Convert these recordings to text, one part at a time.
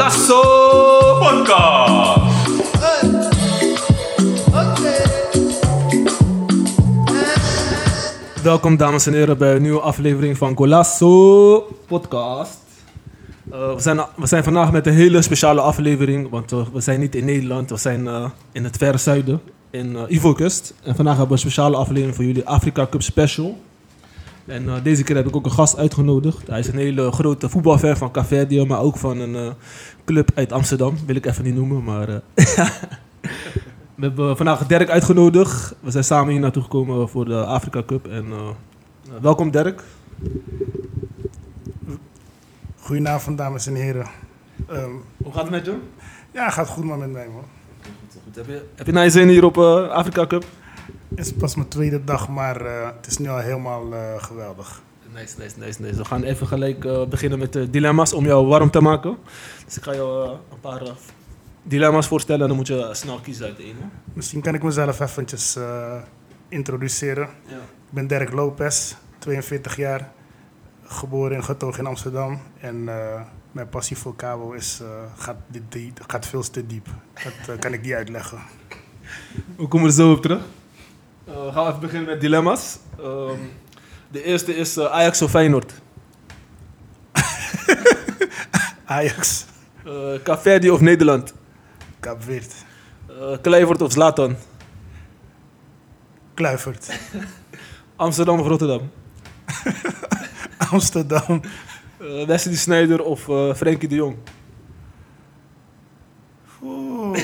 Golasso Podcast. Welkom dames en heren bij een nieuwe aflevering van Golasso Podcast. We zijn vandaag met een hele speciale aflevering, want we zijn niet in Nederland, we zijn in het verre zuiden, in Ivoorkust. En vandaag hebben we een speciale aflevering voor jullie, Afrika Cup Special. En deze keer heb ik ook een gast uitgenodigd. Hij is een hele grote voetbalfan van Caverdië, maar ook van een club uit Amsterdam. Wil ik even niet noemen, maar... We hebben vandaag Dirk uitgenodigd. We zijn samen hier naartoe gekomen voor de Afrika Cup. En welkom Dirk. Goedenavond dames en heren. Hoe gaat het met je? Ja, gaat goed maar met mij man. Goed. Heb je naar je zin hier op Afrika Cup? Het is pas mijn tweede dag, maar het is nu al helemaal geweldig. Nice. We gaan even gelijk beginnen met de dilemma's om jou warm te maken. Dus ik ga jou een paar dilemma's voorstellen en dan moet je snel kiezen uit de ene. Misschien kan ik mezelf eventjes introduceren. Ja. Ik ben Dirk Lopez, 42 jaar, geboren en getogen in Amsterdam. En mijn passie voor kabel gaat veel te diep. Dat kan ik niet uitleggen. We komen er zo op terug. Gaan we even beginnen met dilemma's. De eerste is Ajax of Feyenoord? Ajax. Caverdië of Nederland? Kaapverd. Kluivert of Zlatan? Kluivert. Amsterdam of Rotterdam? Amsterdam. Wesley Sneijder of Frenkie de Jong? Oeh.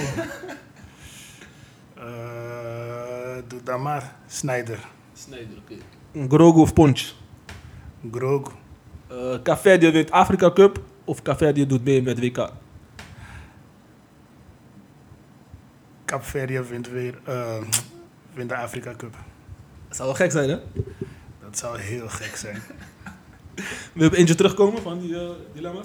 Doe dan maar. Sneijder. Sneijder, oké. Grogu of Ponch? Grogu. Caverdië wint Afrika Cup of Caverdië doet mee met WK? Kaapverdië wint de Afrika Cup. Dat zou wel gek zijn, hè? Dat zou heel gek zijn. Wil je op eentje terugkomen van die dilemma's?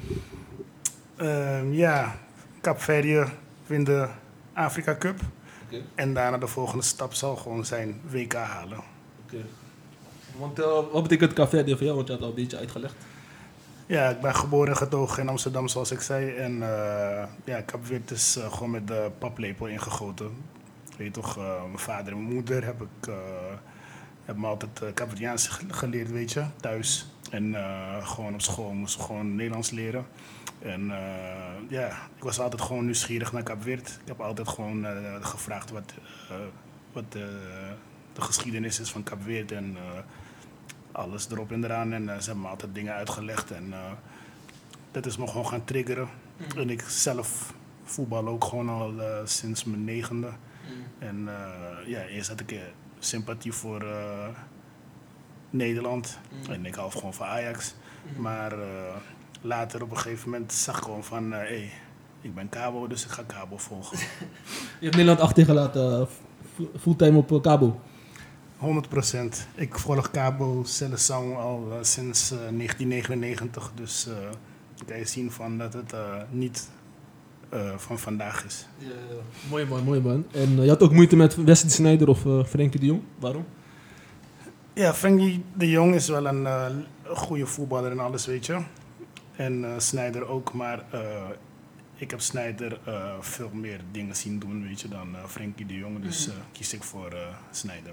Ja, Kaapverdië wint de Afrika Cup. Oké. En daarna de volgende stap zal gewoon zijn WK halen. Oké. Want wat betekent Caverdië voor jou? Want je had al een beetje uitgelegd. Ja, ik ben geboren en getogen in Amsterdam, zoals ik zei. En ja, Kaapverd is gewoon met de paplepel ingegoten. Weet je toch, mijn vader en mijn moeder hebben me altijd Kaapverdiaans geleerd, weet je, thuis. En gewoon op school moest ik gewoon Nederlands leren. En ja, ik was altijd gewoon nieuwsgierig naar Kaapverd. Ik heb altijd gewoon gevraagd wat de geschiedenis is van Kaapverd en alles erop en eraan. En ze hebben me altijd dingen uitgelegd en dat is me gewoon gaan triggeren. En ik zelf voetbal ook gewoon al sinds mijn 9e. En ja, eerst had ik sympathie voor Nederland en ik hou gewoon van Ajax. Maar later op een gegeven moment zag ik gewoon van, hey, ik ben Cabo, dus ik ga Cabo volgen. Je hebt Nederland achtergelaten, fulltime op Cabo. 100%. Ik volg Cabo Seleção al sinds 1999, dus kan je zien van dat het niet van vandaag is. Ja. Mooi man. En je had ook moeite met Wesley Sneijder of Frenkie de Jong. Waarom? Ja, Frenkie de Jong is wel een goede voetballer en alles, weet je. En Sneijder ook, maar ik heb Sneijder veel meer dingen zien doen, weet je, dan Frenkie de Jong. Dus kies ik voor Sneijder.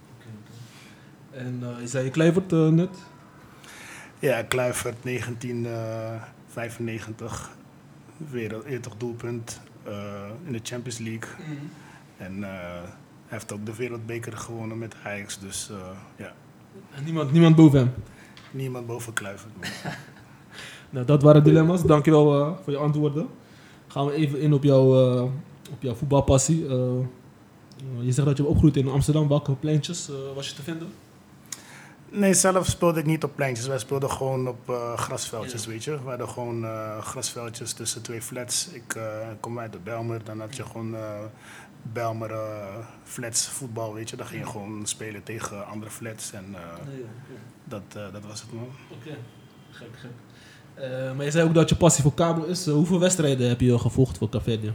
En je zei Kluivert net? Ja, Kluivert, 1995. Weer toch doelpunt in de Champions League. En hij heeft ook de wereldbeker gewonnen met Ajax, dus ja. En niemand boven hem? Niemand boven Kluivert. Nou, dat waren dilemma's. Dankjewel voor je antwoorden. Gaan we even in op jouw voetbalpassie. Je zegt dat je opgroeit in Amsterdam. Welke pleintjes was je te vinden? Nee, zelf speelde ik niet op pleintjes. Wij speelden gewoon op grasveldjes, weet je. We hadden gewoon grasveldjes tussen 2 flats. Ik kom uit de Bijlmer, dan had je gewoon Bijlmer flats voetbal, weet je. Dan ging je gewoon spelen tegen andere flats en dat was het, man. Oké. Gek. Maar je zei ook dat je passie voor kabel is. Hoeveel wedstrijden heb je gevolgd voor Caverdië?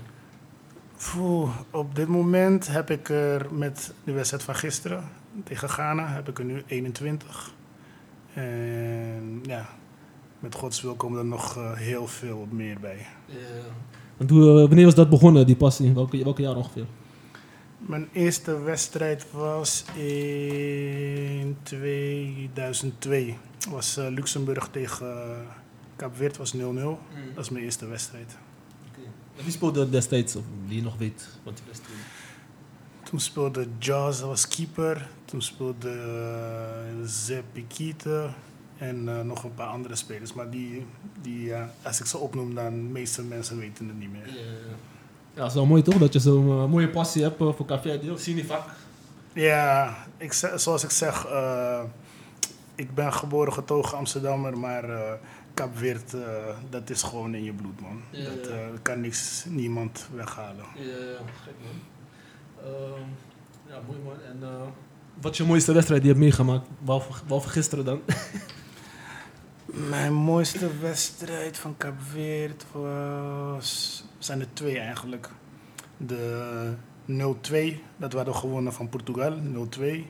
Op dit moment heb ik er met de wedstrijd van gisteren tegen Ghana heb ik er nu 21. En ja, met Gods wil komen er nog heel veel meer bij. Want wanneer was dat begonnen, die passie? Welke jaar ongeveer? Mijn eerste wedstrijd was in 2002. Was Luxemburg tegen Kaapverd, was 0-0. Dat is mijn eerste wedstrijd. En wie speelde destijds, of die je nog weet wat die wedstrijd? Toen speelde Jaws, dat was keeper. Toen speelde Zepikite en nog een paar andere spelers. Maar die als ik ze opnoem, dan de meeste mensen weten het niet meer. Ja, het is wel mooi toch, dat je zo'n mooie passie hebt voor café. Dat zie je niet vaak. Ja, zoals ik zeg, ik ben geboren getogen Amsterdammer, maar Kaapverd, dat is gewoon in je bloed, man. Dat kan niemand weghalen. Ja, gek man. Ja, mooi man. En wat is je mooiste wedstrijd die je hebt meegemaakt? Behalve gisteren dan? Mijn mooiste wedstrijd van Kaapverd zijn er 2 eigenlijk. De 0-2, dat we hadden gewonnen van Portugal, 0-2. Okay.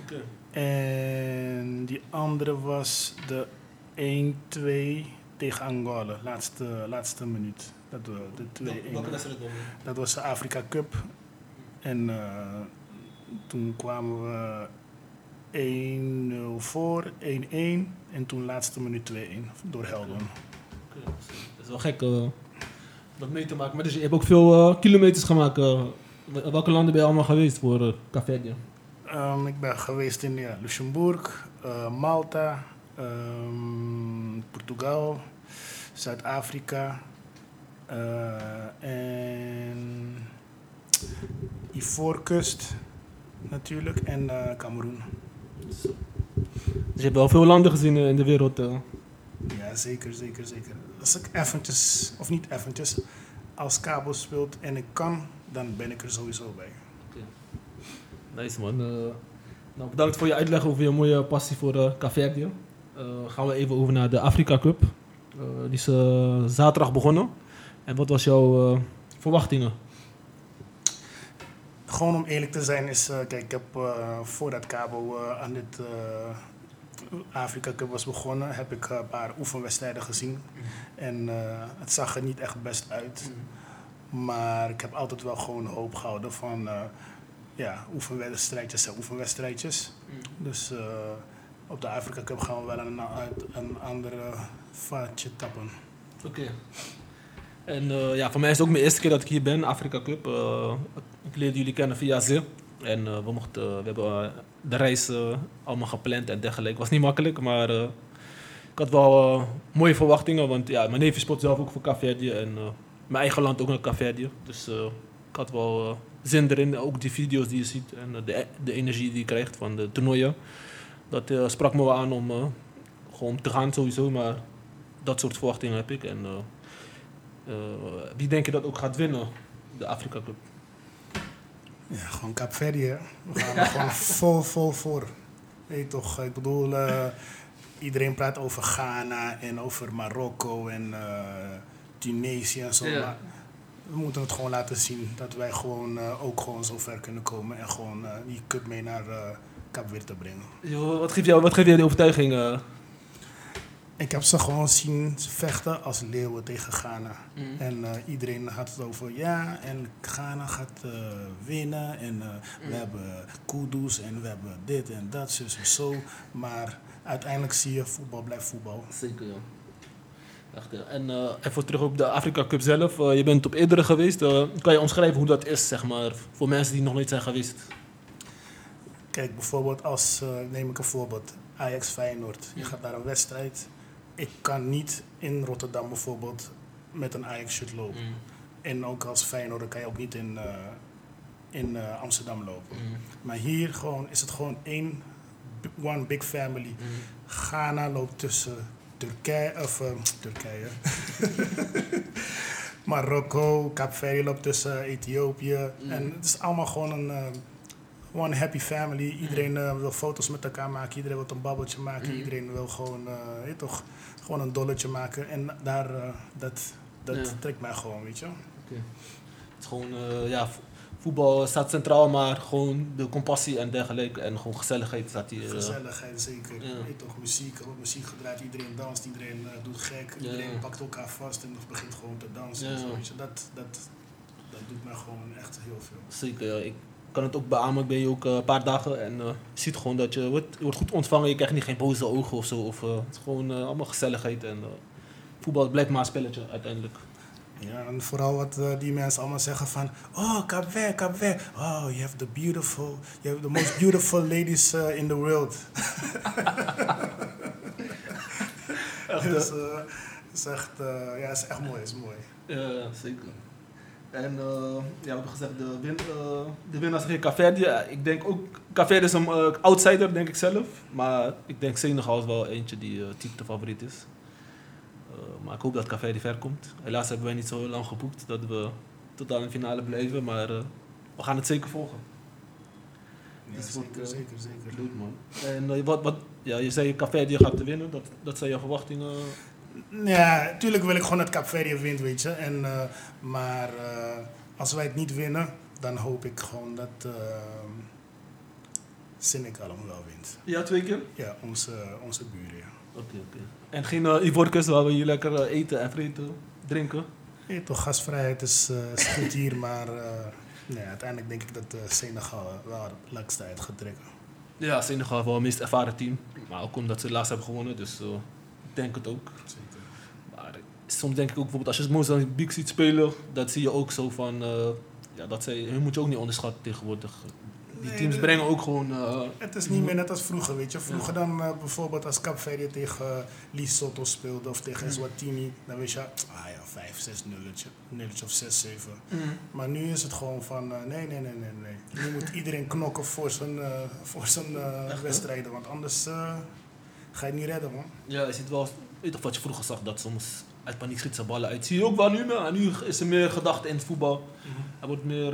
En die andere was de 1-2 tegen Angola, laatste minuut. Welke wedstrijd dan? Dat was de Afrika Cup. En toen kwamen we 1-0 voor, 1-1 en toen laatste minuut 2-1 door Heldon. Okay. Dat is wel gek dat mee te maken. Maar dus je hebt ook veel kilometers gemaakt. Welke landen ben je allemaal geweest voor Cafedia? Ik ben geweest in Luxemburg, Malta, Portugal, Zuid-Afrika en Ivoorkust natuurlijk en Cameroen. Dus je hebt wel veel landen gezien in de wereld. Ja, zeker. Als ik eventjes, of niet eventjes, als Cabo speelt en ik kan, dan ben ik er sowieso bij. Okay. Nice man. Nou, bedankt voor je uitleg over je mooie passie voor Café. Gaan we even over naar de Afrika Cup. Die is zaterdag begonnen. En wat was jouw verwachtingen? Gewoon om eerlijk te zijn is, kijk, ik heb voordat Cabo aan dit Afrika Cup was begonnen, heb ik een paar oefenwedstrijden gezien. En het zag er niet echt best uit. Maar ik heb altijd wel gewoon hoop gehouden van oefenwedstrijdjes zijn oefenwedstrijdjes. Dus op de Afrika Cup gaan we wel een andere vaartje tappen. Oké. En voor mij is het ook mijn eerste keer dat ik hier ben, Afrika Cup. Ik leerde jullie kennen via Zip. En we hebben de reis allemaal gepland en dergelijke. Het was niet makkelijk, maar ik had wel mooie verwachtingen. Want ja, mijn neefje speelt zelf ook voor Café en mijn eigen land ook naar Café. Dus ik had wel zin erin. Ook die video's die je ziet en de energie die je krijgt van de toernooien. Dat sprak me wel aan om gewoon te gaan sowieso, maar dat soort verwachtingen heb ik. En wie denk je dat ook gaat winnen, de Afrika Cup? Ja, gewoon Kaapverdi, hè. We gaan er gewoon vol voor. Weet je toch, ik bedoel, iedereen praat over Ghana en over Marokko en Tunesië en zo. Ja. Maar we moeten het gewoon laten zien dat wij gewoon ook gewoon zo ver kunnen komen en gewoon die cup mee naar Kaapverd te brengen. Yo, wat geeft jou de overtuiging? Ik heb ze gewoon zien vechten als leeuwen tegen Ghana. En iedereen had het over, ja, en Ghana gaat winnen. En we hebben Kudus en we hebben dit en dat, zus en zo. Maar uiteindelijk zie je, voetbal blijft voetbal. Zeker, ja. Echt, ja. En even terug op de Afrika Cup zelf. Je bent op eerdere geweest. Kan je omschrijven hoe dat is, zeg maar, voor mensen die nog niet zijn geweest? Kijk, bijvoorbeeld neem ik een voorbeeld. Ajax Feyenoord. Je gaat naar een wedstrijd. Ik kan niet in Rotterdam bijvoorbeeld met een Ajax-shirt lopen. En ook als Feyenoord kan je ook niet in Amsterdam lopen. Maar hier is het gewoon one big family. Ghana loopt tussen Turkije. Marokko, Kaapverdi loopt tussen Ethiopië. En het is allemaal gewoon een one happy family. Iedereen wil foto's met elkaar maken. Iedereen wil een babbeltje maken. Iedereen wil gewoon, gewoon een dolletje maken. En dat trekt mij gewoon, weet je. Okay. Het is gewoon, voetbal staat centraal, maar gewoon de compassie en dergelijke. En gewoon gezelligheid staat hier. Gezelligheid, zeker. Ja. Weet toch, muziek, er wordt muziek gedraaid, iedereen danst, iedereen doet gek, Ja. iedereen pakt elkaar vast en begint gewoon te dansen. Ja. En zo, weet je. Dat doet mij gewoon echt heel veel. Zeker, ja. Ik kan het ook beamen. Ik ben hier ook een paar dagen en je ziet gewoon dat je wordt goed ontvangen. Je krijgt niet geen boze ogen of zo. Of, het is gewoon allemaal gezelligheid en voetbal blijft maar een spelletje uiteindelijk. Ja, en vooral wat die mensen allemaal zeggen van, oh, Kaap Verde. Oh, you have the most beautiful ladies in the world. Dus, is echt, ja, is echt mooi, is mooi. Ja, zeker. En ja, we hebben gezegd, de winnaars tegen Kaap Verde. Ik denk ook, Kaap Verde is een outsider, denk ik zelf. Maar ik denk Senegal is wel eentje die type favoriet is. Maar ik hoop dat Kaap Verde ver komt. Helaas hebben wij niet zo heel lang geboekt dat we tot aan de finale blijven. Maar we gaan het zeker volgen. Ja, Dus zeker. Leuk man. En ja, je zei Kaap Verde gaat winnen. Dat zijn je verwachtingen? Ja, natuurlijk wil ik gewoon dat Kaap Verde wint, weet je. Maar als wij het niet winnen, dan hoop ik gewoon dat Senegal hem wel wint. Ja, 2 keer? Ja, onze buren, ja. Oké. En geen Ivoorkust waar we hier lekker eten en vreten, drinken? Nee, toch, gastvrijheid is goed hier, maar nee, uiteindelijk denk ik dat Senegal wel het langste uit gaat trekken. Ja, Senegal is wel het meest ervaren team. Maar ook omdat ze laatst hebben gewonnen, dus ik denk het ook. Zeker. Maar soms denk ik ook bijvoorbeeld als je Mozambique ziet spelen, dat zie je ook zo van, ja, hun moet je ook niet onderschatten tegenwoordig. Die Nee, teams brengen ook gewoon... Het is niet meer net als vroeger, weet je. Vroeger dan bijvoorbeeld als Kaap Verde tegen Lesotho speelde of tegen Eswatini, dan weet je, 5-6 nulletje of 6-7. Maar nu is het gewoon van, nee. Nu moet iedereen knokken voor zijn wedstrijden, want anders ga je het niet redden, man. Ja, je ziet wel, weet toch wat je vroeger zag, dat soms uit paniek schiet zijn ballen uit. Zie je ook wel nu, maar nu is er meer gedachte in het voetbal. Er wordt meer,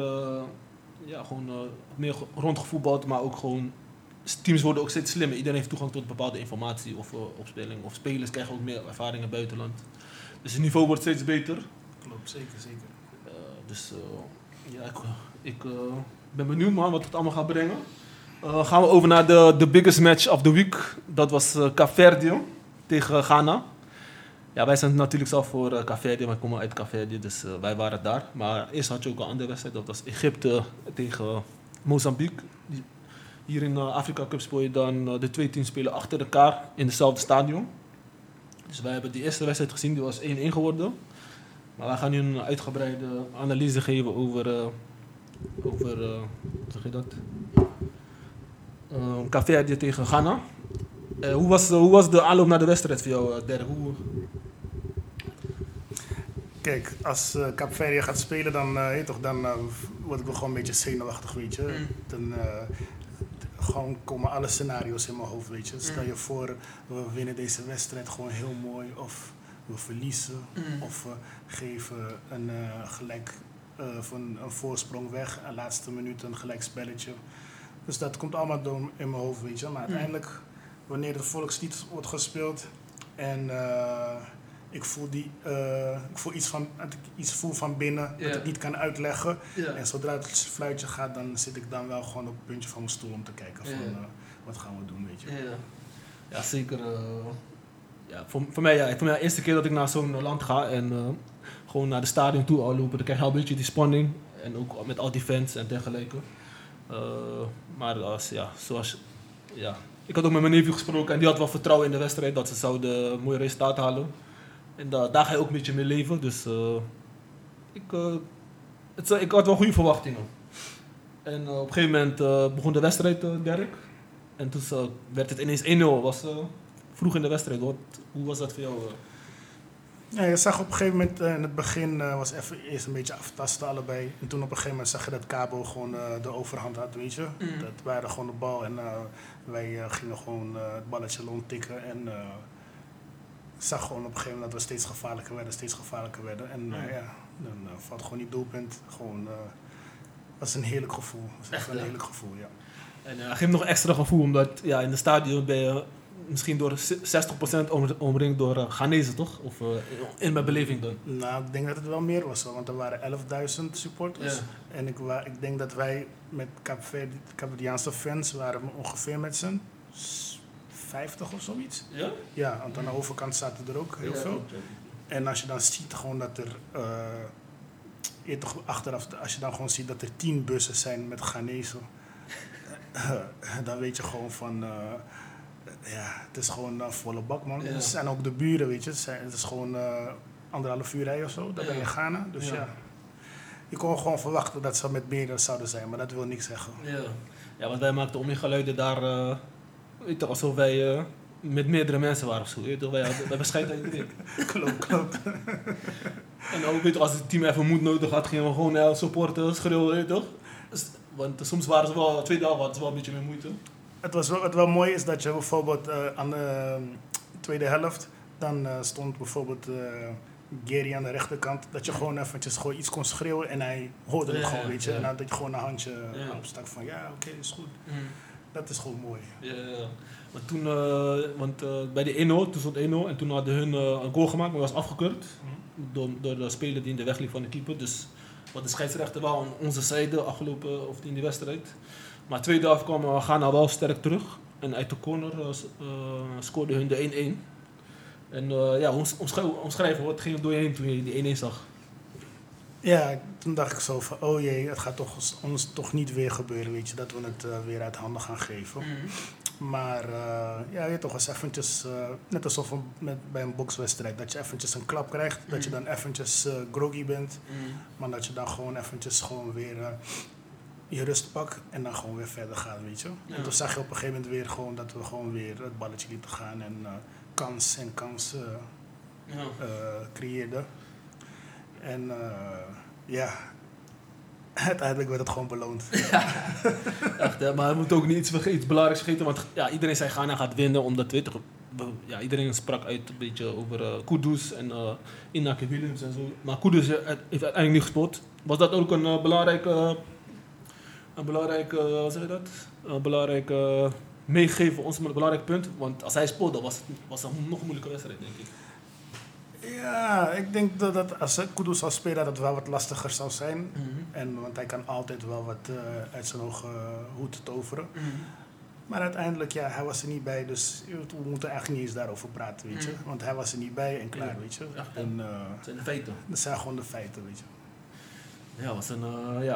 meer rondgevoetbald, maar ook gewoon, teams worden ook steeds slimmer. Iedereen heeft toegang tot bepaalde informatie of opspeling. Of spelers krijgen ook meer ervaring in het buitenland. Dus het niveau wordt steeds beter. Klopt, zeker. Ik ben benieuwd man, wat het allemaal gaat brengen. Gaan we over naar de biggest match of the week. Dat was Kaap Verde tegen Ghana. Ja, wij zijn natuurlijk zelf voor Kaap Verde, wij komen uit Kaap Verde, dus wij waren daar. Maar eerst had je ook een andere wedstrijd, dat was Egypte tegen Mozambique. Hier in Afrika Cup speel je dan de 2 teams spelen achter elkaar in hetzelfde stadion. Dus wij hebben die eerste wedstrijd gezien, die was 1-1 geworden. Maar wij gaan nu een uitgebreide analyse geven over hoe zeg je dat? Kaap Verde tegen Ghana. Hoe was de aanloop naar de wedstrijd voor jou, Dirk? Kijk, als Kaap Verde gaat spelen, dan word ik wel gewoon een beetje zenuwachtig, weet je. Dan gewoon komen alle scenario's in mijn hoofd, weet je. Stel je voor, we winnen deze wedstrijd gewoon heel mooi, of we verliezen, of we geven een voorsprong weg, een laatste minuut een gelijk spelletje. Dus dat komt allemaal door in mijn hoofd, weet je. Maar uiteindelijk, wanneer de volkslied wordt gespeeld en ik voel iets voel van binnen dat ik niet kan uitleggen. Yeah. En zodra het fluitje gaat, dan zit ik dan wel gewoon op het puntje van mijn stoel om te kijken van wat gaan we doen, weet je. Ja, zeker. Voor mij de eerste keer dat ik naar zo'n land ga en gewoon naar de stadion toe al lopen, dan krijg je al een beetje die spanning. En ook met al die fans en dergelijke. Maar ik had ook met mijn neefje gesproken en die had wel vertrouwen in de wedstrijd dat ze zouden een mooi resultaat halen. En daar ga je ook een beetje mee leven, dus ik had wel goede verwachtingen. En op een gegeven moment begon de wedstrijd, Dirk. En toen werd het ineens 1-0, was vroeg in de wedstrijd. Hoe was dat voor jou? Ja, je zag op een gegeven moment, in het begin was eerst een beetje aftasten allebei. En toen op een gegeven moment zag je dat Cabo gewoon de overhand had, weet je. Dat waren gewoon de bal en wij gingen gewoon het balletje rondtikken. En zag gewoon op een gegeven moment dat we steeds gevaarlijker werden. En dan valt gewoon die doelpunt. Gewoon, dat is een heerlijk gevoel. Dat is echt een heerlijk gevoel, ja. En geeft nog extra gevoel, omdat in de stadion ben je misschien door 60% omringd door Ghanese, toch? Of in mijn beleving dan? Nou, ik denk dat het wel meer was, hoor, want er waren 11.000 supporters. Ja. En ik denk dat wij met Capverdiaanse fans waren ongeveer met z'n 50 of zoiets. Ja? Ja, want aan de overkant zaten er ook heel veel. En als je dan ziet gewoon dat er, achteraf, als je dan gewoon ziet dat er 10 bussen zijn met Ghanese, dan weet je gewoon van, het is gewoon volle bak, man. Ja. En ook de buren, weet je, het is gewoon 1,5 uur rijden of zo, dan ben je in Ghana. Dus ja, je kon gewoon verwachten dat ze met meer zouden zijn, maar dat wil niks zeggen. Ja, want wij maakten omgeluiden daar, weet je, alsof wij met meerdere mensen waren of zo. Weet je, wij hebben scheid aan iedereen. Klopt. En ook, weet je, als het team even moed nodig had, gingen we gewoon supporten, schreeuwen, weet je toch? Want soms waren ze wel, 2 dagen hadden ze wel een beetje meer moeite. Het wel mooi is dat je bijvoorbeeld aan de tweede helft, dan stond bijvoorbeeld Gary aan de rechterkant, dat je gewoon eventjes gewoon iets kon schreeuwen en hij hoorde het gewoon, weet je. En dan dat je gewoon een handje opstak van oké, is goed. Dat is gewoon mooi. Ja. Maar toen, bij de 1-0, toen stond 1-0 en toen hadden hun een goal gemaakt, maar was afgekeurd door de speler die in de weg liep van de keeper. Dus wat de scheidsrechter wel aan onze zijde afgelopen of in die wedstrijd. Maar tweede helft kwam Ghana wel sterk terug en uit de corner scoorde hun de 1-1. En omschrijven, wat ging er door je heen toen je die 1-1 zag? Ja, toen dacht ik zo van, oh jee, het gaat ons toch niet weer gebeuren, weet je, dat we het weer uit handen gaan geven. Maar je toch eens eventjes, net alsof bij een bokswedstrijd, dat je eventjes een klap krijgt, dat je dan eventjes groggy bent, maar dat je dan gewoon eventjes gewoon weer je rust pakt en dan gewoon weer verder gaat, weet je. Ja. En toen zag je op een gegeven moment weer gewoon dat we gewoon weer het balletje lieten gaan en kans creëerden. En uiteindelijk werd het gewoon beloond. Echt, maar we moeten ook niet iets belangrijks vergeten, want iedereen zei Ghana gaat winnen, omdat iedereen sprak uit een beetje over Kudus en Inaki Williams en zo. Maar Kudus heeft uiteindelijk niet gespeeld. Was dat ook een belangrijke wat zeg je dat? Een belangrijke meegeven, ons een belangrijk punt, want als hij speelde was het een nog moeilijke wedstrijd, denk ik. Ja, ik denk dat als Kudus zou spelen dat het wel wat lastiger zou zijn. Want hij kan altijd wel wat uit zijn hoge hoed toveren. Maar uiteindelijk, hij was er niet bij, dus we moeten eigenlijk niet eens daarover praten, weet je. Want hij was er niet bij en klaar, weet je. Echt, en, dat zijn de feiten. Dat zijn gewoon de feiten, weet je. Ja, was een,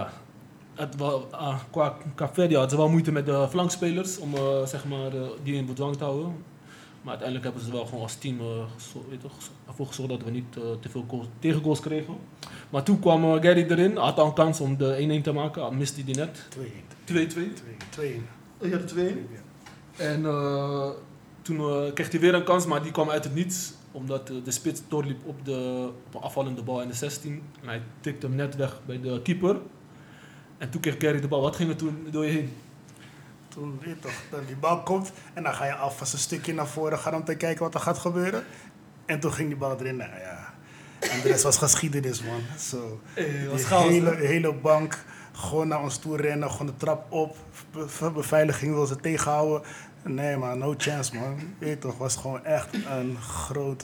qua Kaapverdi hadden ze wel moeite met de flankspelers om die in bedwang te houden. Maar uiteindelijk hebben ze wel gewoon als team ervoor gezorgd dat we niet te veel tegengoals kregen. Maar toen kwam Gary erin, had al een kans om de 1-1 te maken, miste hij die net. 2-1. 2-1. Ja, de 2-1. En toen kreeg hij weer een kans, maar die kwam uit het niets. Omdat de spits doorliep op een afvallende bal in de 16. En hij tikte hem net weg bij de keeper. En toen kreeg Gary de bal. Wat ging er toen door je heen? Toen weet je toch, dat die bal komt en dan ga je alvast een stukje naar voren gaan om te kijken wat er gaat gebeuren. En toen ging die bal erin. Nou ja, en de rest was geschiedenis, man. Zo. Hele bank gewoon naar ons toe rennen, gewoon de trap op. Beveiliging wil ze tegenhouden. Nee, man, no chance, man. Weet je toch, was gewoon echt een groot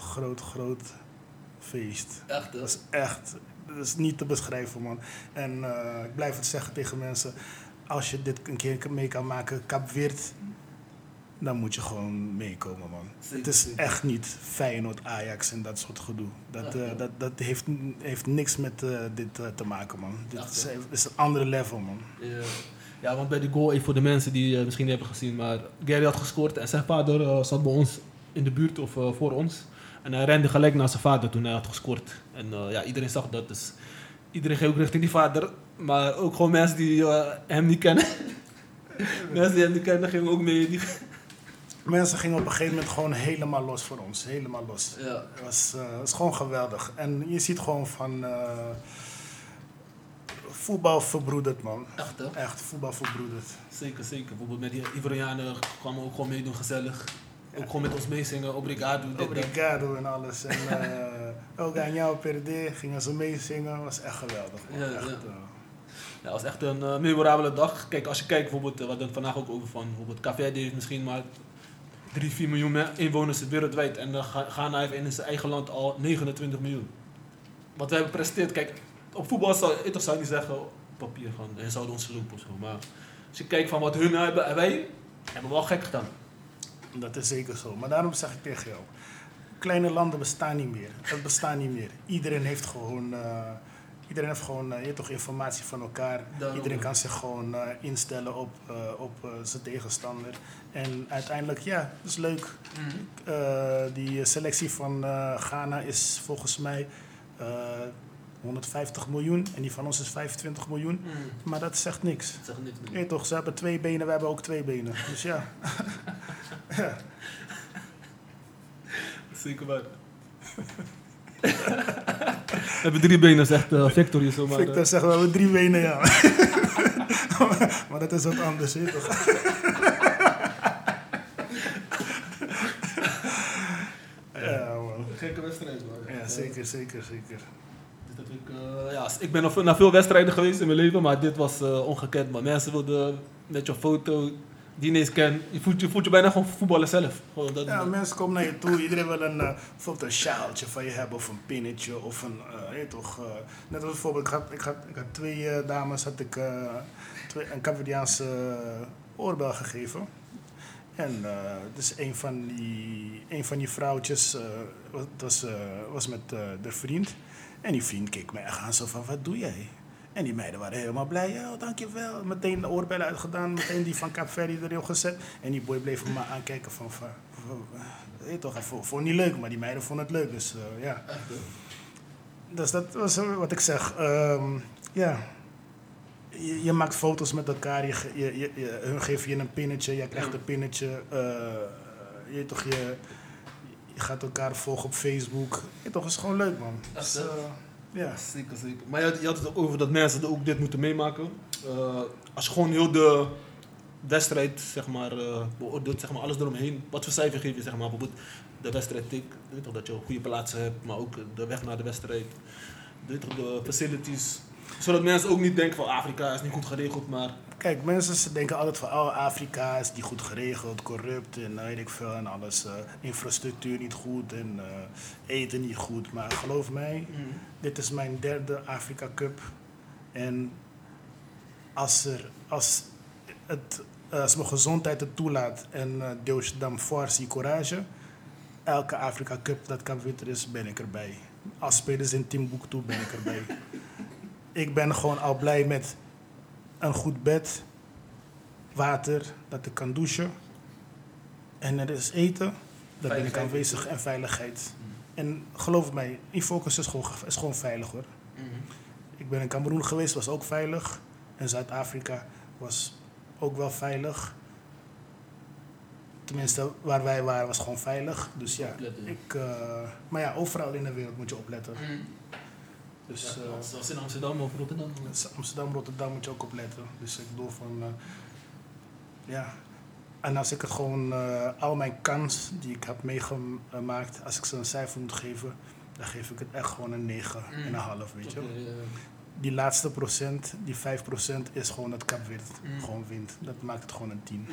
feest. Echt, dat was echt, dat is niet te beschrijven, man. En ik blijf het zeggen tegen mensen. Als je dit een keer mee kan maken, Kaapverd, dan moet je gewoon meekomen, man. Het is echt niet Feyenoord, Ajax en dat soort gedoe. Dat heeft niks met dit te maken, man. Dit is een andere level, man. Ja, want bij die goal, even voor de mensen die misschien niet hebben gezien, maar Gary had gescoord en zijn vader zat bij ons in de buurt of voor ons. En hij rende gelijk naar zijn vader toen hij had gescoord. En iedereen zag dat, dus iedereen ging ook richting die vader. Maar ook gewoon mensen die hem niet kennen. Mensen die hem niet kennen gingen ook mee. Mensen gingen op een gegeven moment gewoon helemaal los voor ons. Helemaal los. Ja. Het was gewoon geweldig. En je ziet gewoon van voetbal verbroederd, man. Echt, hè? Echt, voetbal verbroederd. Zeker. Bijvoorbeeld met die Ivorianen kwamen ook gewoon meedoen, gezellig. Ook gewoon met ons meezingen, obrigado. Obrigado en alles. En ook aan jou per D gingen ze meezingen. Was echt geweldig. Ja, het was echt een memorabele dag. Kijk, als je kijkt bijvoorbeeld, we hadden het vandaag ook over van bijvoorbeeld Kaapverdi heeft misschien maar 3-4 miljoen inwoners wereldwijd. En Ghana heeft in zijn eigen land al 29 miljoen. Wat wij hebben gepresteerd, kijk, op voetbal zou je niet zeggen, op papier van, en zouden ons lopen of zo. Maar als je kijkt van wat hun hebben en wij, hebben we wel gek gedaan. Dat is zeker zo. Maar daarom zeg ik tegen jou, kleine landen bestaan niet meer. Dat bestaat niet meer. Iedereen heeft gewoon, je hebt toch informatie van elkaar. Daarom. Iedereen kan zich gewoon instellen op zijn tegenstander. En uiteindelijk, ja, dat is leuk. Die selectie van Ghana is volgens mij 150 miljoen en die van ons is 25 miljoen. Maar dat zegt niks. Dat zegt niks meer. Nee toch, ze hebben 2 benen, wij hebben ook 2 benen. Dus ja. Ja. Zeker waar. We hebben 3 benen, zegt Victor hier zomaar. Victor zegt, we hebben 3 benen, ja. Maar dat is wat anders, hè, toch? Ja, man. Gekke wedstrijd, man. Ja, zeker. Dus dat ik ben naar veel wedstrijden geweest in mijn leven, maar dit was ongekend. Maar mensen wilden met je foto, die ineens kennen. Je voelt je bijna gewoon voetballen zelf. Gewoon dat, Ja, mensen komen naar je toe. Iedereen wil bijvoorbeeld een sjaaltje van je hebben of een pinnetje of een, net als bijvoorbeeld, ik had 2 dames, een Caverdiaanse oorbel gegeven. En dus een van die vrouwtjes was met de vriend. En die vriend keek mij echt aan zo van, wat doe jij? En die meiden waren helemaal blij. Ja, dankjewel. Meteen de oorbellen uitgedaan. Meteen die van Kaapverdi erin gezet. En die boy bleef me maar aankijken van weet toch, hij vond niet leuk. Maar die meiden vonden het leuk. Dus ja. Dus dat was wat ik zeg. Ja. Je maakt foto's met elkaar. Hun geven je een pinnetje. Jij krijgt een pinnetje. Je gaat elkaar volgen op Facebook. Toch, is gewoon leuk, man. Dus, ja. Zeker. Maar je had het ook over dat mensen ook dit moeten meemaken. Als je gewoon heel de wedstrijd, zeg maar, beoordeelt, zeg maar, alles eromheen. Wat voor cijfer geef je, zeg maar, bijvoorbeeld de wedstrijd tik. Je weet toch dat je goede plaatsen hebt, maar ook de weg naar de wedstrijd. Je weet toch, de facilities. Zodat mensen ook niet denken van Afrika is niet goed geregeld, maar... Kijk, mensen denken altijd van Afrika is niet goed geregeld, corrupt en weet ik veel en alles. Infrastructuur niet goed en eten niet goed. Maar geloof mij, dit is mijn 3e Afrika Cup. En als mijn gezondheid het toelaat en Deus dam force courage, elke Afrika Cup dat kan winter is, ben ik erbij. Als spelers in Timbuktu ben ik erbij. Ik ben gewoon al blij met een goed bed, water, dat ik kan douchen. En er is eten, daar ben ik aanwezig en veiligheid. En geloof mij, Ivoorkust is gewoon veilig hoor. Ik ben in Cameroen geweest, was ook veilig. En Zuid-Afrika was ook wel veilig. Tenminste, waar wij waren was gewoon veilig. Dus ja, maar ja, overal in de wereld moet je opletten. Dus, zoals in Amsterdam of Rotterdam? Amsterdam, Rotterdam moet je ook opletten. Dus ik bedoel van, ja. En als ik het gewoon, al mijn kans die ik heb meegemaakt, als ik ze een cijfer moet geven, dan geef ik het echt gewoon een 9,5, weet je. Die laatste procent, die 5% is gewoon dat Kaapverd gewoon wint. Dat maakt het gewoon een 10.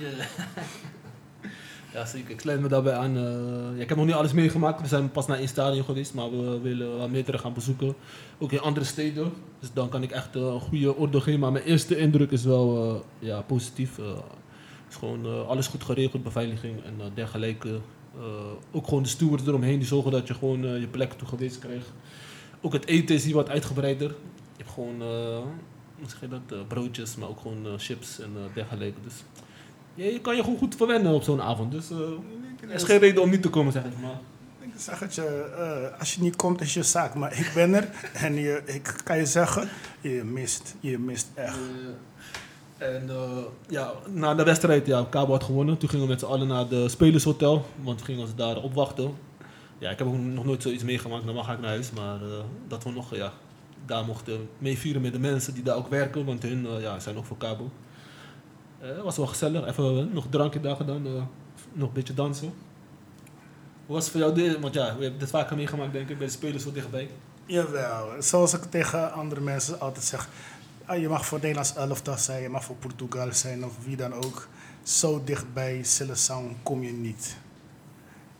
Ja, zeker. Ik sluit me daarbij aan. Ik heb nog niet alles meegemaakt. We zijn pas naar 1 stadion geweest, maar we willen wat meer terug gaan bezoeken. Ook in andere steden. Dus dan kan ik echt een goede oordeel geven. Maar mijn eerste indruk is wel positief. Het is gewoon alles goed geregeld, beveiliging en dergelijke. Ook gewoon de stewards eromheen die zorgen dat je gewoon je plek toegewezen krijgt. Ook het eten is hier wat uitgebreider. Je hebt gewoon broodjes, maar ook gewoon chips en dergelijke. Dus je kan je gewoon goed verwennen op zo'n avond. Dus er is geen reden om niet te komen, zeg ik maar. Ik zeg het je, als je niet komt is je zaak. Maar ik ben er en ik kan je zeggen, je mist echt. Na de wedstrijd, Cabo had gewonnen. Toen gingen we met z'n allen naar de spelershotel, want we gingen ons daar opwachten. Ja, ik heb ook nog nooit zoiets meegemaakt, normaal ga ik naar huis. Maar dat we nog daar mochten meevieren met de mensen die daar ook werken, want hun zijn ook voor Cabo. Het was wel gezellig, even nog drankje daar gedaan, nog een beetje dansen. Hoe was het voor jou? Want we hebben dit vaker meegemaakt, denk ik, bij de spelers zo dichtbij. Jawel, zoals ik tegen andere mensen altijd zeg, je mag voor Nederlands elftal zijn, je mag voor Portugal zijn of wie dan ook. Zo dichtbij Seleção kom je niet.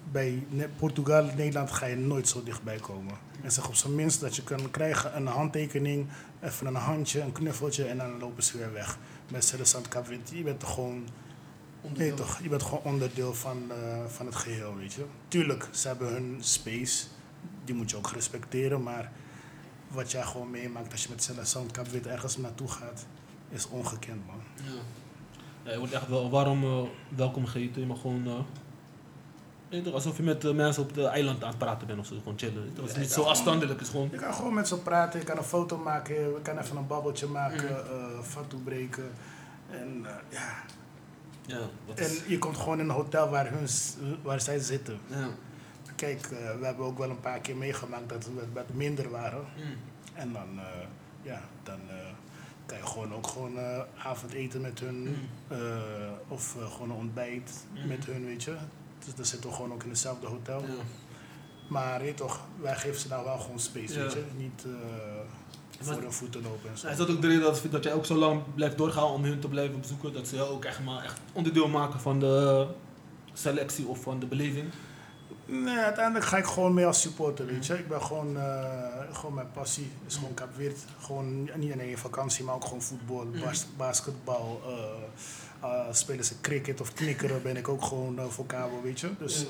bij Portugal, Nederland ga je nooit zo dichtbij komen. En zeg op zijn minst dat je kan krijgen een handtekening, even een handje, een knuffeltje en dan lopen ze weer weg. Bij Celestant Capvert, je bent gewoon nee, toch, je bent gewoon onderdeel van het geheel, weet je. Tuurlijk, ze hebben hun space, die moet je ook respecteren, maar wat jij gewoon meemaakt als je met Celestant Capvert ergens naartoe gaat, is ongekend, man. Ja. Ja, je wordt echt wel warm welkom geheten. Je mag gewoon, alsof je met mensen op de eiland aan het praten bent of zo, gewoon chillen. Het is niet zo afstandelijk, het is gewoon... Je kan gewoon met ze praten, je kan een foto maken, je kan even een babbeltje maken, fatu breken. En Ja, en je komt gewoon in een hotel waar zij zitten. Ja. Kijk, we hebben ook wel een paar keer meegemaakt dat we wat minder waren. En dan, dan kan je gewoon avondeten met hun. Of gewoon een ontbijt met hun, weet je. Dus dan zitten we gewoon ook in hetzelfde hotel. Ja. Maar weet toch, wij geven ze nou wel gewoon space, weet je. Niet voor hun voeten lopen en zo. Is dat ook de reden dat jij ook zo lang blijft doorgaan om hun te blijven bezoeken? Dat ze jou ook echt onderdeel maken van de selectie of van de beleving? Nee, uiteindelijk ga ik gewoon mee als supporter, weet je. Ik ben gewoon mijn passie is gewoon Capvert. Gewoon niet alleen vakantie, maar ook gewoon voetbal, basketbal. Spelen ze cricket of knikkeren, ben ik ook gewoon vocabel, weet je. Dus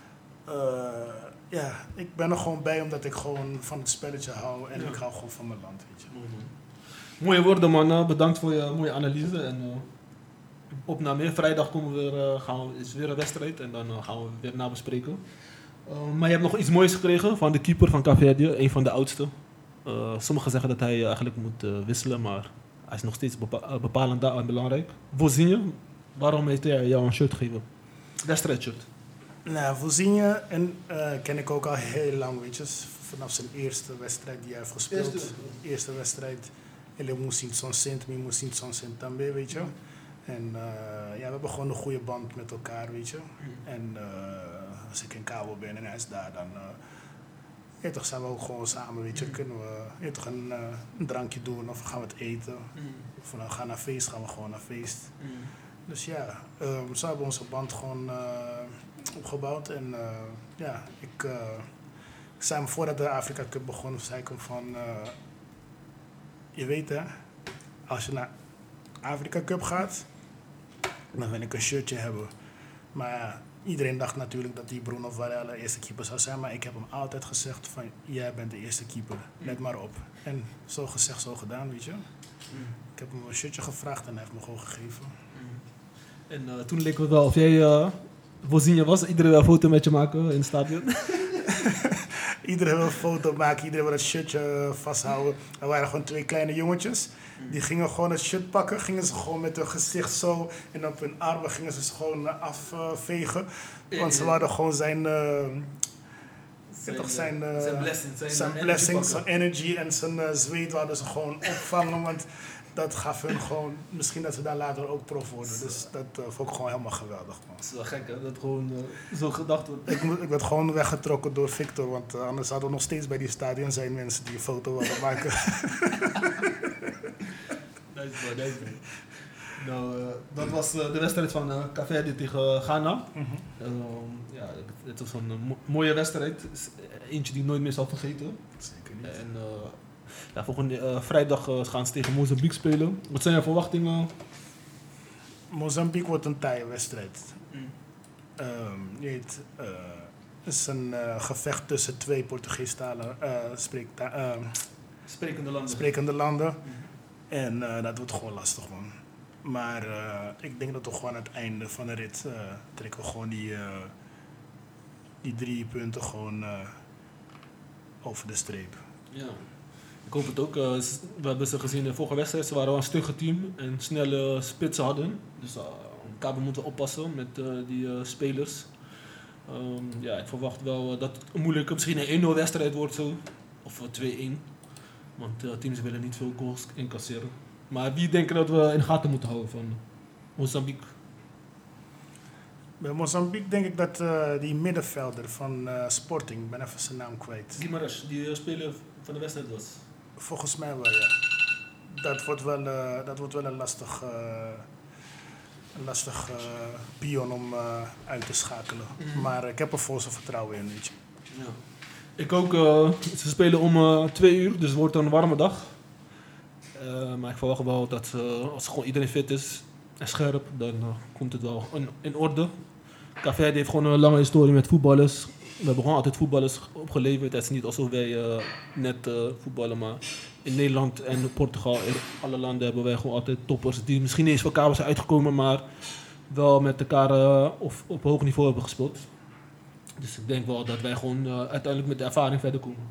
ik ben er gewoon bij omdat ik gewoon van het spelletje hou en ik hou gewoon van mijn land, weet je. Mooie woorden, man. Bedankt voor je mooie analyse. En op naar meer. Vrijdag is weer een wedstrijd en dan gaan we weer nabespreken. Maar je hebt nog iets moois gekregen van de keeper van Caverdië, een van de oudste. Sommigen zeggen dat hij eigenlijk moet wisselen, maar hij is nog steeds bepalend en belangrijk. Vozinje, waarom heeft hij jou een shirt gegeven? Wedstrijdshirt. Nou, Vozinje ken ik ook al heel lang, weet je. Vanaf zijn eerste wedstrijd die hij heeft gespeeld. Eerste wedstrijd. Ele Moussin son Sint, mi Moussin son Sint Tambe, weet je. En we hebben gewoon een goede band met elkaar, weet je. En als ik in Cabo ben en hij is daar, dan toch zijn we ook gewoon samen, weet je. Kunnen we toch een drankje doen of gaan we het eten. Of we gaan naar feest, gaan we gewoon naar feest. Dus ja, zo hebben we onze band gewoon opgebouwd. En ik zei me voordat de Afrika Cup begon, zei ik hem van... je weet hè, als je naar Afrika Cup gaat, dan wil ik een shirtje hebben. Maar ja, iedereen dacht natuurlijk dat die Bruno Varela eerste keeper zou zijn. Maar ik heb hem altijd gezegd van, jij bent de eerste keeper. Let maar op. En zo gezegd, zo gedaan, weet je. Ik heb hem een shirtje gevraagd en hij heeft me gewoon gegeven. En toen leek het wel of jij Vozinje was. Iedereen wil een foto met je maken in het stadion. Iedereen wil een foto maken, iedereen wil het shirtje vasthouden. Er waren gewoon 2 kleine jongetjes. Die gingen gewoon het shirt pakken, gingen ze gewoon met hun gezicht zo en op hun armen gingen ze gewoon afvegen. Want ze hadden gewoon zijn blessing, zijn energy en zijn zweet hadden ze gewoon opvangen. Want dat gaf hun gewoon, misschien dat ze daar later ook prof worden. Dus dat vond ik gewoon helemaal geweldig, man. Dat is wel gek, hè? Dat gewoon zo gedacht wordt. Ik werd gewoon weggetrokken door Victor, want anders hadden we nog steeds bij die stadion zijn mensen die een foto wilden maken. Nice. Nou, dat was de wedstrijd van Caverdië tegen Ghana. Het was een mooie wedstrijd. Eentje die ik nooit meer zal vergeten. Zeker niet. En volgende vrijdag gaan ze tegen Mozambique spelen. Wat zijn jouw verwachtingen? Mozambique wordt een taaie wedstrijd. Het is een gevecht tussen 2 Portugees-talen sprekende landen. En dat wordt gewoon lastig, man. Maar ik denk dat we gewoon aan het einde van de rit trekken we gewoon die 3 punten gewoon over de streep. Ja, ik hoop het ook. We hebben ze gezien in de vorige wedstrijd. Ze waren wel een stugge team en snelle spitsen hadden. Dus Cabo moeten oppassen met die spelers. Ik verwacht wel dat het een moeilijke, misschien een 1-0 wedstrijd wordt zo. Of 2-1. Want teams willen niet veel goals incasseren. Maar wie denken dat we in de gaten moeten houden van Mozambique? Bij Mozambique denk ik dat die middenvelder van Sporting, ik ben even zijn naam kwijt. Guimaraes, die speler van de wedstrijd was. Volgens mij wel, ja. Dat wordt wel een een lastig pion om uit te schakelen. Maar ik heb er volste vertrouwen in, weet je. Ja. Ik ook. Ze spelen om 2 uur, dus het wordt een warme dag. Maar ik verwacht wel dat als gewoon iedereen fit is en scherp, dan komt het wel in orde. Caverde heeft gewoon een lange historie met voetballers. We hebben gewoon altijd voetballers opgeleverd. Het is niet alsof wij net voetballen, maar in Nederland en Portugal, in alle landen hebben wij gewoon altijd toppers die misschien niet eens voor elkaar zijn uitgekomen, maar wel met elkaar op hoog niveau hebben gespeeld. Dus ik denk wel dat wij gewoon uiteindelijk met de ervaring verder komen.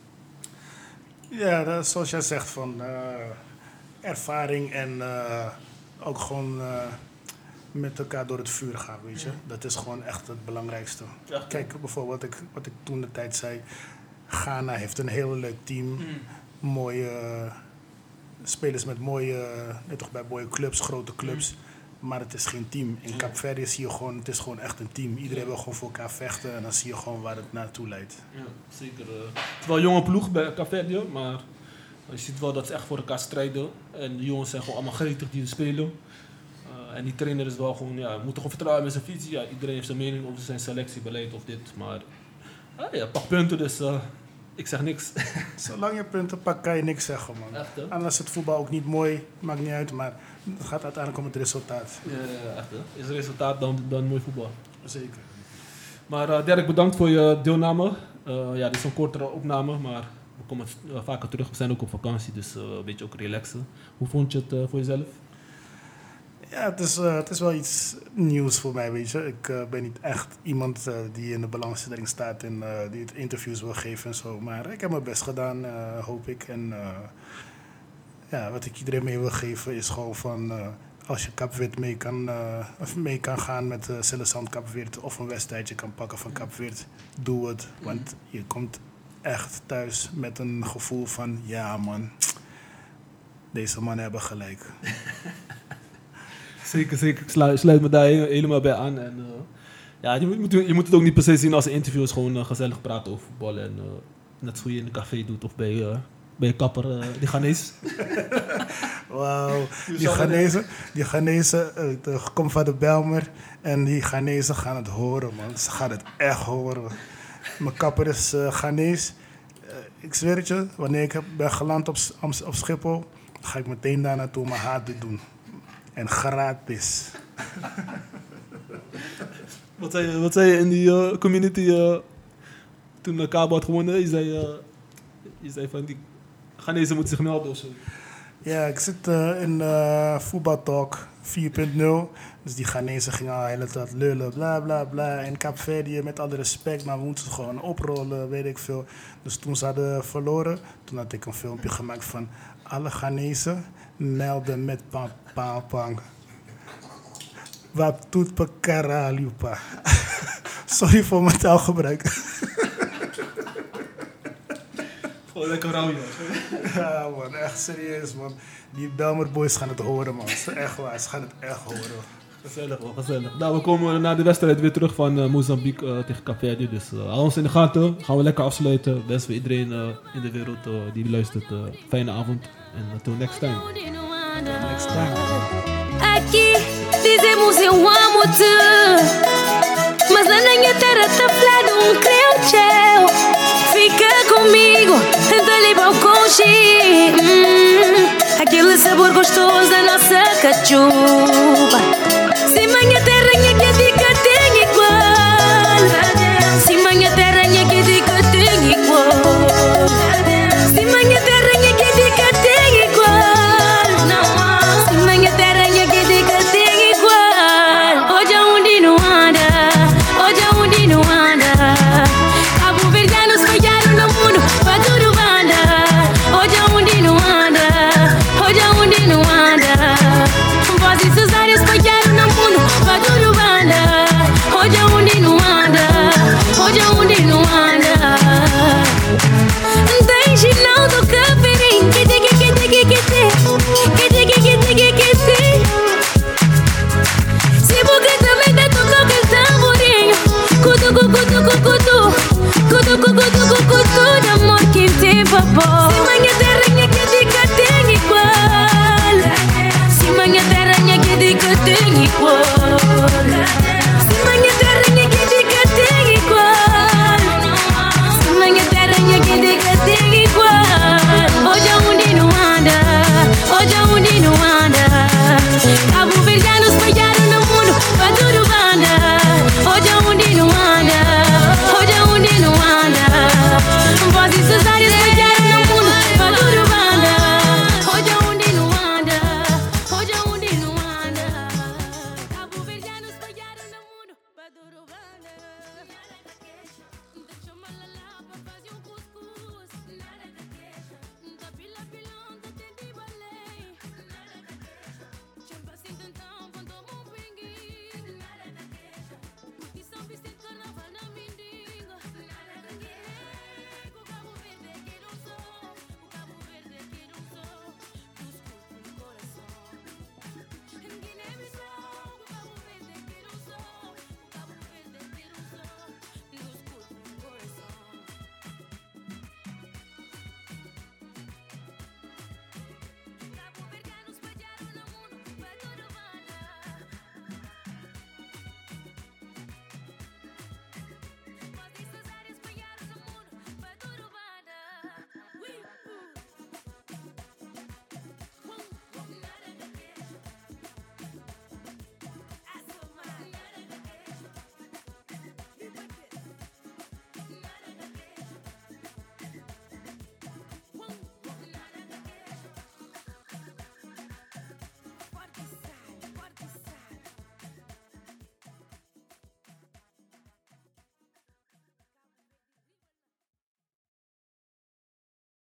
Ja, zoals jij zegt, van ervaring en ook gewoon met elkaar door het vuur gaan, weet je. Dat is gewoon echt het belangrijkste. Ja. Kijk, bijvoorbeeld wat ik toen de tijd zei. Ghana heeft een heel leuk team. Mooie spelers met mooie clubs, grote clubs. Maar het is geen team. In Kaapverdië zie je gewoon, het is gewoon echt een team. Iedereen wil gewoon voor elkaar vechten en dan zie je gewoon waar het naartoe leidt. Ja, zeker. Het is wel een jonge ploeg bij Kaapverdië, maar je ziet wel dat ze echt voor elkaar strijden. En de jongens zijn gewoon allemaal gretig die spelen. En die trainer is wel gewoon, ja, moet toch vertrouwen met zijn visie. Ja, iedereen heeft zijn mening over zijn selectiebeleid of dit, maar ja, pak punten, dus ik zeg niks. Zolang je punten pakt, kan je niks zeggen, man. Echt, hè? Anders is het voetbal ook niet mooi, maakt niet uit, maar het gaat uiteindelijk om het resultaat. Ja, echt, hè? Is het resultaat dan mooi voetbal. Zeker. Maar Dirk, bedankt voor je deelname. Ja, dit is een kortere opname, maar we komen vaker terug. We zijn ook op vakantie, dus een beetje ook relaxen. Hoe vond je het voor jezelf? Ja, het is wel iets nieuws voor mij, weet je. Ik ben niet echt iemand die in de belangstelling staat en die het interviews wil geven en zo. Maar ik heb mijn best gedaan, hoop ik. En ja, wat ik iedereen mee wil geven is gewoon van... als je Kaapverd mee kan gaan met Silesand Kaapverd of een wedstrijdje kan pakken van Kaapverd, doe het. Want je komt echt thuis met een gevoel van... ja man, deze mannen hebben gelijk. Zeker. Ik sluit me daar helemaal bij aan. En, ja, je moet het ook niet per se zien als een interview. Het is gewoon gezellig praten over voetbal. En net zoals je in een café doet of bij je kapper, die Ghanese. Wauw, die Ghanese komt van de Bijlmer. En die Ghanese gaan het horen, man. Ze gaan het echt horen. Mijn kapper is Ghanese. Ik zweer het je, wanneer ik ben geland op Schiphol, ga ik meteen daar naartoe mijn haar doen. En gratis. Wat zei je in die community toen Cabo had gewonnen? Je zei van die Ghanese moeten zich melden of zo. Ja, ik zit in Voetbaltalk 4.0. Dus die Ghanese gingen al de hele tijd lullen, bla bla bla. En Kaapverdië, met alle respect, maar we moeten het gewoon oprollen, weet ik veel. Dus toen ze hadden verloren, toen had ik een filmpje gemaakt van alle Ghanese melden met pang. Wat doet Pekara Lupa? Sorry voor mijn taalgebruik. Gewoon lekker rauw, joh. Ja man, echt serieus man. Die Belmer boys gaan het horen man. Echt waar, ze gaan het echt horen. Gezellig man, gezellig. Nou, we komen na de wedstrijd weer terug van Mozambique tegen Kaapverdië. Dus hou ons in de gaten. Gaan we lekker afsluiten. Wens voor iedereen in de wereld die luistert. Fijne avond. En until next time. Next time. Aqui dizemos eu amo-te, mas na minha terra tá flado crente. Fica comigo, tenta limpar o conche. Aquele sabor gostoso da nossa cachupa. Se minha terra é que fica